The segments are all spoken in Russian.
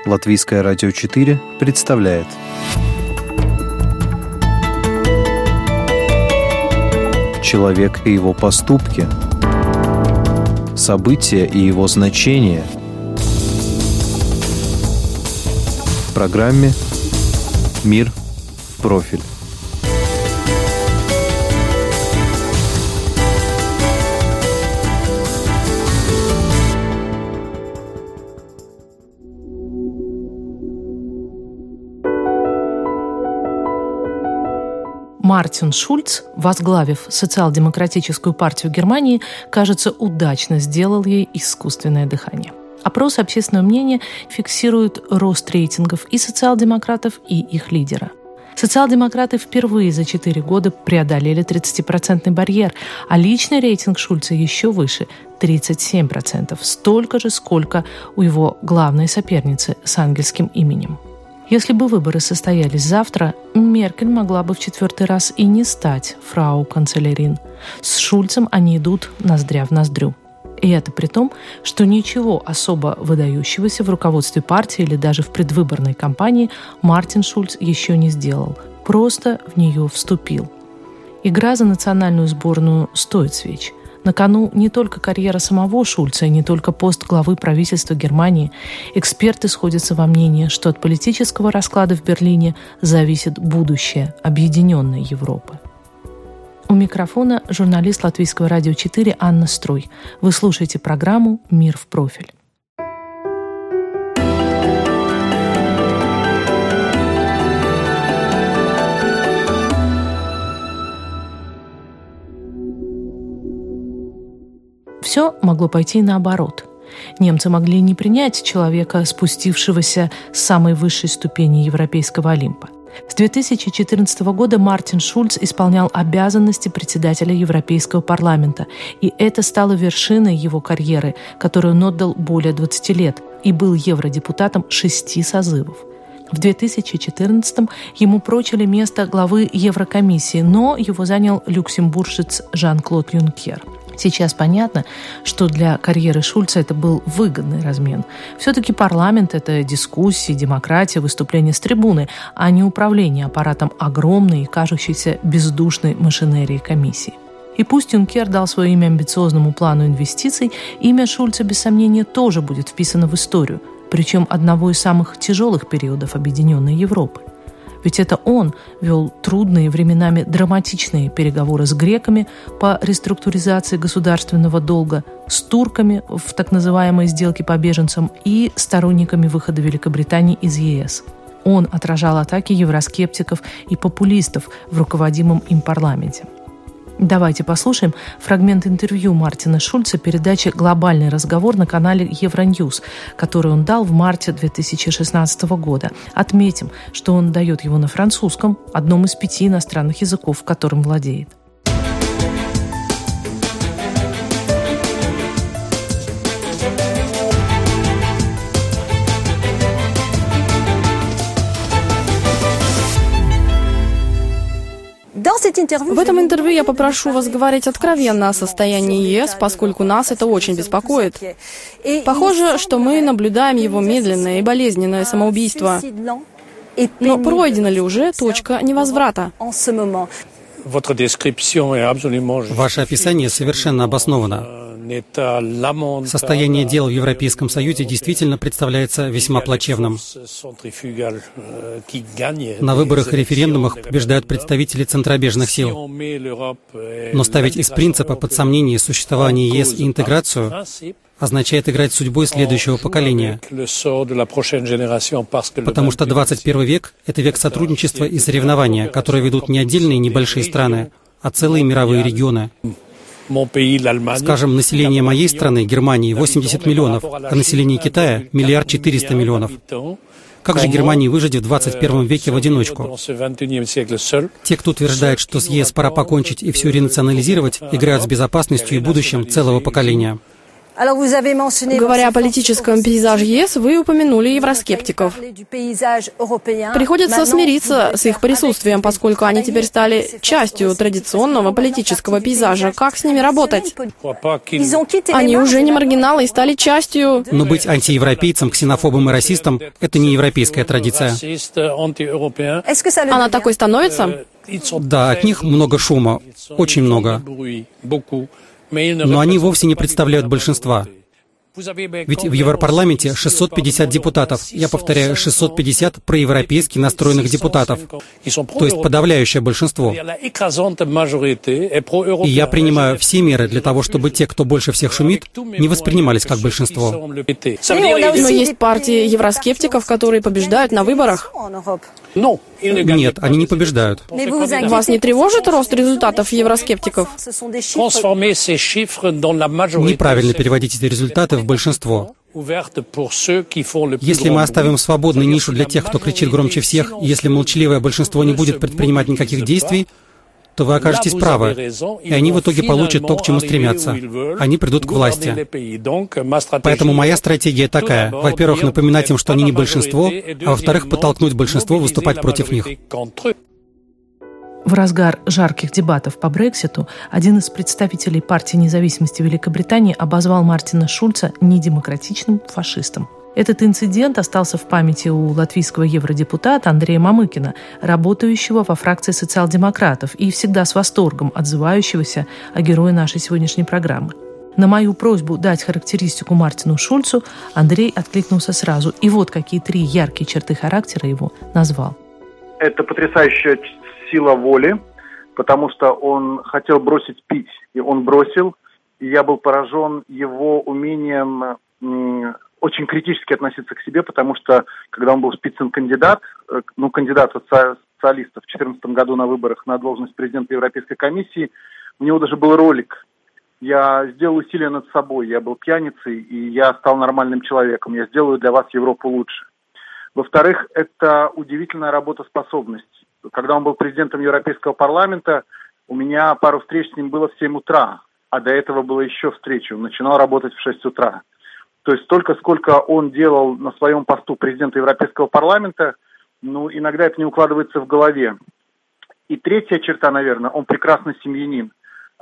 Латвийское радио 4 представляет «Человек и его поступки. События и его значения». В программе «Мир в профиль». Мартин Шульц, возглавив социал-демократическую партию Германии, кажется, удачно сделал ей искусственное дыхание. Опросы общественного мнения фиксируют рост рейтингов и социал-демократов, и их лидера. Социал-демократы впервые за 4 года преодолели 30% барьер, а личный рейтинг Шульца еще выше – 37%, столько же, сколько у его главной соперницы с ангельским именем. Если бы выборы состоялись завтра, Меркель могла бы в 4-й раз и не стать фрау-канцлерин. С Шульцем они идут ноздря в ноздрю. И это при том, что ничего особо выдающегося в руководстве партии или даже в предвыборной кампании Мартин Шульц еще не сделал, просто в нее вступил. Игра за национальную сборную стоит свеч. На кону не только карьера самого Шульца и не только пост главы правительства Германии. Эксперты сходятся во мнении, что от политического расклада в Берлине зависит будущее объединенной Европы. У микрофона журналист Латвийского радио 4 Анна Строй. Вы слушаете программу «Мир в профиль». Все могло пойти наоборот. Немцы могли не принять человека, спустившегося с самой высшей ступени европейского Олимпа. С 2014 года Мартин Шульц исполнял обязанности председателя Европейского парламента, и это стало вершиной его карьеры, которую он отдал более 20 лет, и был евродепутатом 6 созывов. В 2014-м ему прочили место главы Еврокомиссии, но его занял люксембуржец Жан-Клод Юнкер. Сейчас понятно, что для карьеры Шульца это был выгодный размен. Все-таки парламент – это дискуссии, демократия, выступления с трибуны, а не управление аппаратом огромной и кажущейся бездушной машинерии комиссии. И пусть Юнкер дал свое имя амбициозному плану инвестиций, имя Шульца, без сомнения, тоже будет вписано в историю, причем одного из самых тяжелых периодов объединенной Европы. Ведь это он вел трудные, временами драматичные переговоры с греками по реструктуризации государственного долга, с турками в так называемой сделке по беженцам и сторонниками выхода Великобритании из ЕС. Он отражал атаки евроскептиков и популистов в руководимом им парламенте. Давайте послушаем фрагмент интервью Мартина Шульца передачи «Глобальный разговор» на канале Евроньюз, который он дал в марте 2016 года. Отметим, что он дает его на французском, одном из 5 иностранных языков, которым владеет. В этом интервью я попрошу вас говорить откровенно о состоянии ЕС, поскольку нас это очень беспокоит. Похоже, что мы наблюдаем его медленное и болезненное самоубийство. Но пройдена ли уже точка невозврата? Ваше описание совершенно обосновано. Состояние дел в Европейском Союзе действительно представляется весьма плачевным. На выборах и референдумах побеждают представители центробежных сил. Но ставить из принципа под сомнение существование ЕС и интеграцию означает играть судьбой следующего поколения. Потому что 21 век – это век сотрудничества и соревнования, которые ведут не отдельные небольшие страны, а целые мировые регионы. Скажем, население моей страны, Германии, 80 миллионов, а население Китая – 1 400 000 000. Как же Германии выжить в 21 веке в одиночку? Те, кто утверждает, что с ЕС пора покончить и все ренационализировать, играют с безопасностью и будущим целого поколения. Говоря о политическом пейзаже ЕС, вы упомянули евроскептиков. Приходится смириться с их присутствием, поскольку они теперь стали частью традиционного политического пейзажа. Как с ними работать? Они уже не маргиналы и стали частью... Но быть антиевропейцем, ксенофобом и расистом – это не европейская традиция. Она такой становится? Да, от них много шума, очень много. Но они вовсе не представляют большинства. Ведь в Европарламенте 650 депутатов. Я повторяю, 650 проевропейски настроенных депутатов. То есть подавляющее большинство. И я принимаю все меры для того, чтобы те, кто больше всех шумит, не воспринимались как большинство. Но есть партии евроскептиков, которые побеждают на выборах. Нет, они не побеждают. Вас не тревожит рост результатов евроскептиков? Неправильно переводить эти результаты в большинство. Если мы оставим свободной нишу для тех, кто кричит громче всех, и если молчаливое большинство не будет предпринимать никаких действий, то вы окажетесь правы, и они в итоге получат то, к чему стремятся. Они придут к власти. Поэтому моя стратегия такая. Во-первых, напоминать им, что они не большинство, а во-вторых, подтолкнуть большинство выступать против них. В разгар жарких дебатов по Брекситу один из представителей партии независимости Великобритании обозвал Мартина Шульца недемократичным фашистом. Этот инцидент остался в памяти у латвийского евродепутата Андрея Мамыкина, работающего во фракции социал-демократов и всегда с восторгом отзывающегося о герое нашей сегодняшней программы. На мою просьбу дать характеристику Мартину Шульцу Андрей откликнулся сразу. И вот какие 3 яркие черты характера его назвал. Это потрясающая сила воли, потому что он хотел бросить пить, и он бросил. И я был поражен его умением очень критически относиться к себе, потому что, когда он был спицен-кандидат, кандидат социалистов в 2014 году на выборах на должность президента Европейской комиссии, у него даже был ролик. Я сделал усилия над собой, я был пьяницей, и я стал нормальным человеком. Я сделаю для вас Европу лучше. Во-вторых, это удивительная работоспособность. Когда он был президентом Европейского парламента, у меня пару встреч с ним было в 7 утра, а до этого было еще встреча. Он начинал работать в 6 утра. То есть столько, сколько он делал на своем посту президента Европейского парламента, иногда это не укладывается в голове. И третья черта, наверное, он прекрасный семьянин.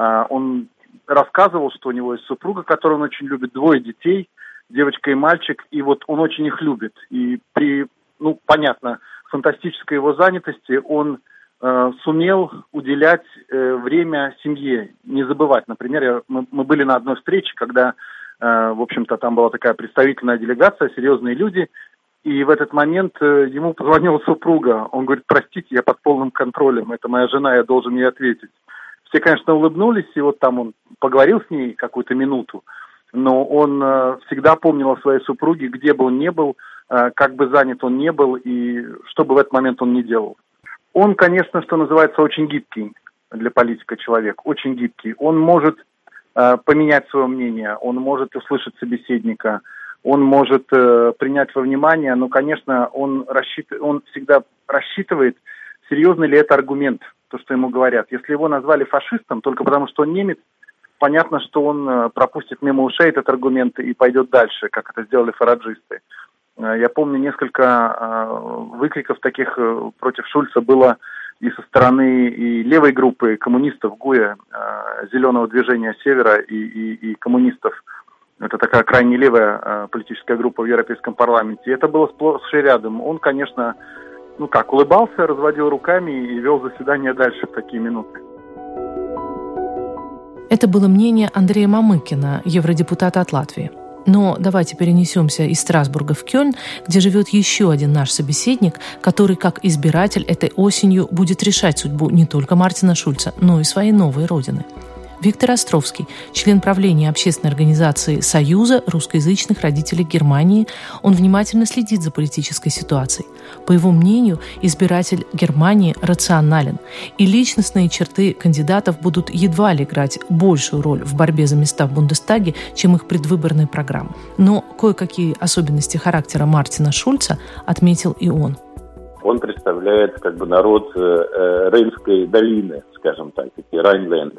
Он рассказывал, что у него есть супруга, которую он очень любит, 2 детей, девочка и мальчик, и вот он очень их любит. И при, понятно, фантастической его занятости он сумел уделять время семье, не забывать. Например, мы были на одной встрече, когда, в общем-то, там была такая представительная делегация, серьезные люди, и в этот момент ему позвонила супруга. Он говорит: простите, я под полным контролем, это моя жена, я должен ей ответить. Все, конечно, улыбнулись, и вот там он поговорил с ней какую-то минуту, но он всегда помнил о своей супруге, где бы он ни был, как бы занят он ни был, и что бы в этот момент он ни делал. Он, конечно, что называется, очень гибкий для политика человек, очень гибкий. Он может поменять свое мнение, он может услышать собеседника, он может принять во внимание, но, конечно, он всегда рассчитывает, серьезный ли это аргумент, то, что ему говорят. Если его назвали фашистом только потому, что он немец, понятно, что он пропустит мимо ушей этот аргумент и пойдет дальше, как это сделали фараджисты. Я помню, несколько выкриков таких против Шульца было и со стороны и левой группы коммунистов ГУЭ, Зеленого движения Севера и коммунистов. Это такая крайне левая политическая группа в Европейском парламенте. И это было сплошь и рядом. Он, конечно, улыбался, разводил руками и вел заседание дальше в такие минуты. Это было мнение Андрея Мамыкина, евродепутата от Латвии. Но давайте перенесемся из Страсбурга в Кёльн, где живет еще один наш собеседник, который, как избиратель, этой осенью будет решать судьбу не только Мартина Шульца, но и своей новой родины. Виктор Островский, член правления общественной организации Союза русскоязычных родителей Германии, он внимательно следит за политической ситуацией. По его мнению, избиратель Германии рационален, и личностные черты кандидатов будут едва ли играть большую роль в борьбе за места в Бундестаге, чем их предвыборные программы. Но кое-какие особенности характера Мартина Шульца отметил и он. Он представляет народ Рейнской долины, скажем так, такие Райнленда.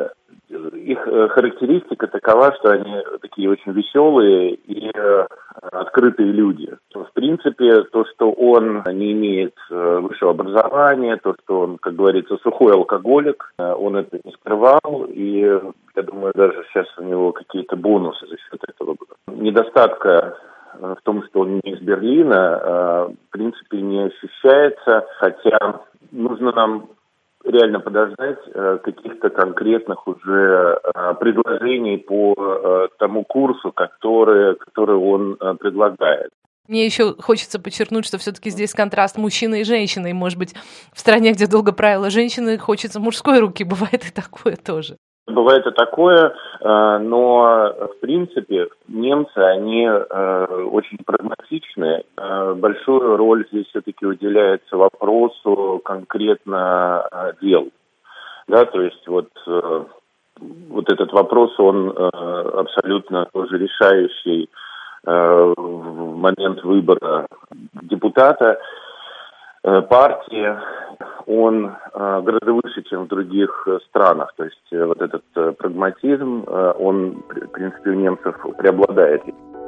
их характеристика такова, что они такие очень веселые и открытые люди. В принципе, то, что он не имеет высшего образования, то, что он, как говорится, сухой алкоголик, он это не скрывал, и я думаю, даже сейчас у него какие-то бонусы за счет этого. Недостатка в том, что он не из Берлина, в принципе, не ощущается, хотя нужно нам реально подождать каких-то конкретных уже предложений по тому курсу, который он предлагает. Мне еще хочется подчеркнуть, что все-таки здесь контраст мужчины и женщины. И, может быть, в стране, где долго правила женщины, хочется мужской руки. Бывает и такое тоже. Бывает и такое, но, в принципе, немцы, они очень прагматичны. Большую роль здесь все-таки уделяется вопросу конкретно дел. Да, то есть вот этот вопрос, он абсолютно тоже решающий в момент выбора депутата партии. Он гораздо выше, чем в других странах. То есть вот этот прагматизм, он, в принципе, у немцев преобладает.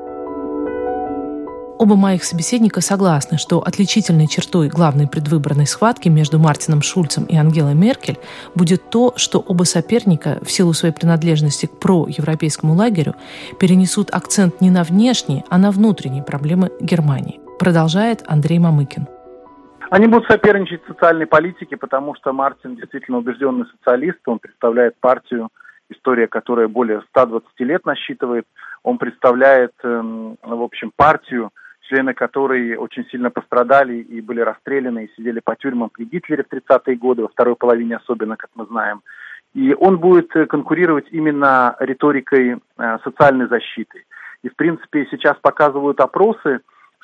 Оба моих собеседника согласны, что отличительной чертой главной предвыборной схватки между Мартином Шульцем и Ангелой Меркель будет то, что оба соперника в силу своей принадлежности к проевропейскому лагерю перенесут акцент не на внешние, а на внутренние проблемы Германии. Продолжает Андрей Мамыкин. Они будут соперничать в социальной политике, потому что Мартин действительно убежденный социалист, он представляет партию, история которая более 120 лет насчитывает, он представляет, в общем, партию, члены которой очень сильно пострадали и были расстреляны, и сидели по тюрьмам при Гитлере в 30-е годы, во второй половине особенно, как мы знаем. И он будет конкурировать именно риторикой социальной защиты. И, в принципе, сейчас показывают опросы,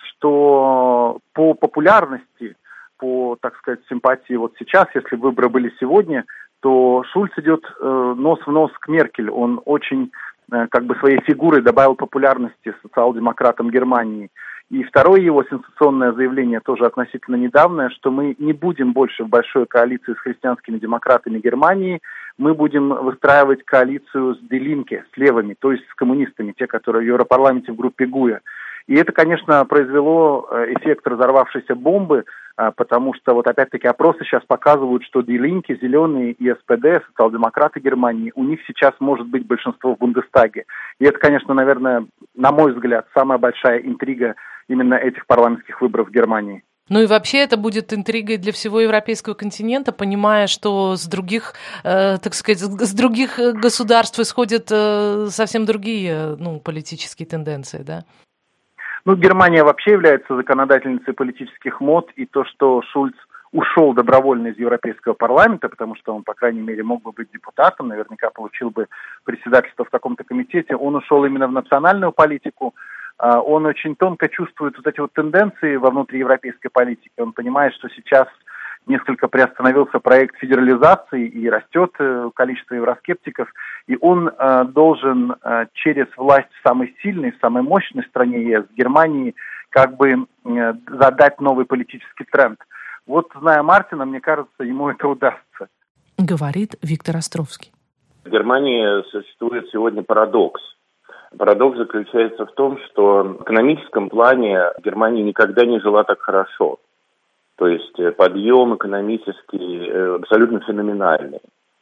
что по популярности, по, так сказать, симпатии вот сейчас, если выборы были сегодня, то Шульц идет нос в нос к Меркель. Он очень, как бы, своей фигурой добавил популярности социал-демократам Германии. И второе его сенсационное заявление, тоже относительно недавнее, что мы не будем больше в большой коалиции с христианскими демократами Германии, мы будем выстраивать коалицию с Die Linke, с левыми, то есть с коммунистами, те, которые в Европарламенте в группе ГУЯ. И это, конечно, произвело эффект разорвавшейся бомбы, потому что вот опять-таки опросы сейчас показывают, что Die Linke, Зеленые и СПД, социал-демократы Германии, у них сейчас может быть большинство в Бундестаге. И это, конечно, наверное, на мой взгляд, самая большая интрига именно этих парламентских выборов в Германии. Ну и вообще это будет интригой для всего европейского континента, понимая, что с других, так сказать, с других государств исходят совсем другие, политические тенденции, да? Германия вообще является законодательницей политических мод, и то, что Шульц ушел добровольно из Европейского парламента, потому что он, по крайней мере, мог бы быть депутатом, наверняка получил бы председательство в каком-то комитете, он ушел именно в национальную политику. Он очень тонко чувствует вот эти вот тенденции во внутриевропейской политике. Он понимает, что сейчас несколько приостановился проект федерализации и растет количество евроскептиков, и он должен через власть в самой сильной, в самой мощной стране ЕС, Германии, как бы задать новый политический тренд. Вот, зная Мартина, мне кажется, ему это удастся. Говорит Виктор Островский. В Германии существует сегодня парадокс. Парадокс заключается в том, что в экономическом плане Германия никогда не жила так хорошо. То есть подъем экономический абсолютно феноменальный.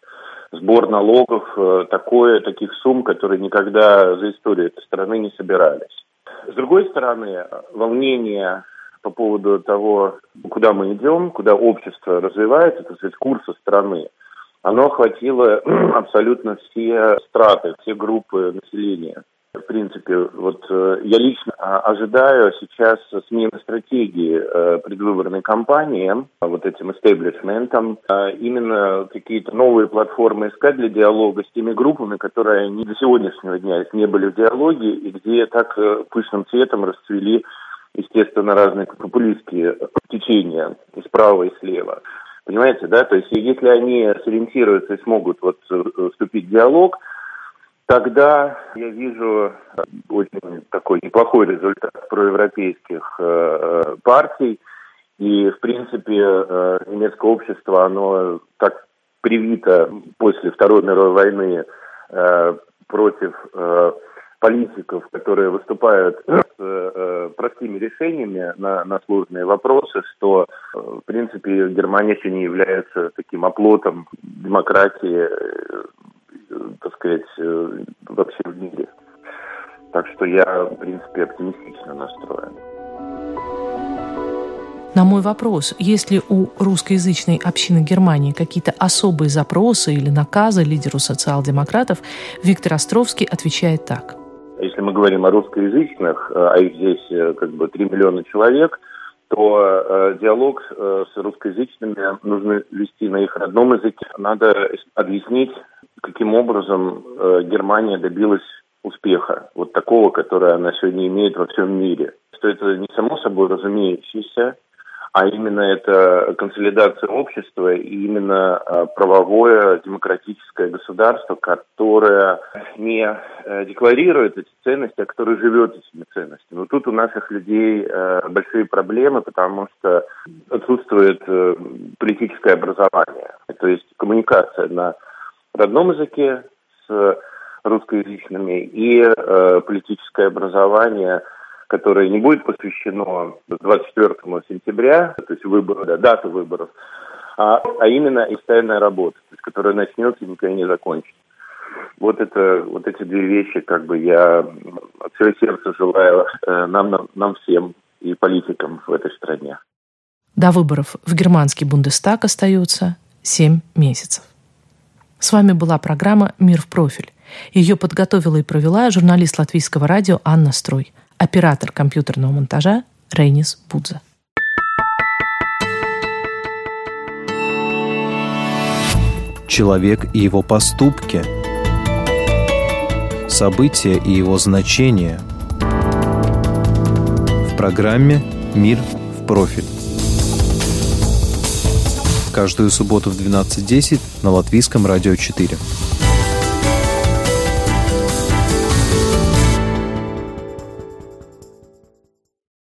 Сбор налогов таких сумм, которые никогда за историю этой страны не собирались. С другой стороны, волнение по поводу того, куда мы идем, куда общество развивается, так сказать, курса страны, оно охватило абсолютно все страты, все группы населения. В принципе, вот я лично ожидаю сейчас смены стратегии предвыборной кампании вот этим истеблишментом, именно какие-то новые платформы искать для диалога с теми группами, которые не до сегодняшнего дня не были в диалоге, и где так пышным цветом расцвели, естественно, разные популистские течения и справа, и слева. Понимаете, да? То есть если они сориентируются и смогут вот вступить в диалог, тогда я вижу очень такой неплохой результат проевропейских партий. И, в принципе, немецкое общество, оно так привито после Второй мировой войны против политиков, которые выступают с простыми решениями на сложные вопросы, что, в принципе, Германия еще не является таким оплотом демократии, так сказать, вообще в мире. Так что я, в принципе, оптимистично настроен. На мой вопрос, есть ли у русскоязычной общины Германии какие-то особые запросы или наказы лидеру социал-демократов, Виктор Островский отвечает так. Если мы говорим о русскоязычных, а их здесь 3 миллиона человек, то диалог с русскоязычными нужно вести на их родном языке. Надо объяснить, каким образом Германия добилась успеха, вот такого, который она сегодня имеет во всем мире. Что это не само собой разумеющееся, а именно это консолидация общества и именно правовое демократическое государство, которое не декларирует эти ценности, а которое живет этими ценностями. Но тут у наших людей большие проблемы, потому что отсутствует политическое образование. То есть коммуникация на родном языке с русскоязычными и политическое образование, которое не будет посвящено 24 сентября, то есть выбору, даты выборов, а именно постоянная работа, то есть, которая начнется и никогда не закончится. Вот эти две вещи, я от всего сердца желаю нам всем и политикам в этой стране. До выборов в германский Бундестаг остается 7 месяцев. С вами была программа «Мир в профиль». Ее подготовила и провела журналист Латвийского радио Анна Строй, оператор компьютерного монтажа Рейнис Будза. Человек и его поступки. События и его значения. В программе «Мир в профиль». Каждую субботу в 12:10 на Латвийском радио 4.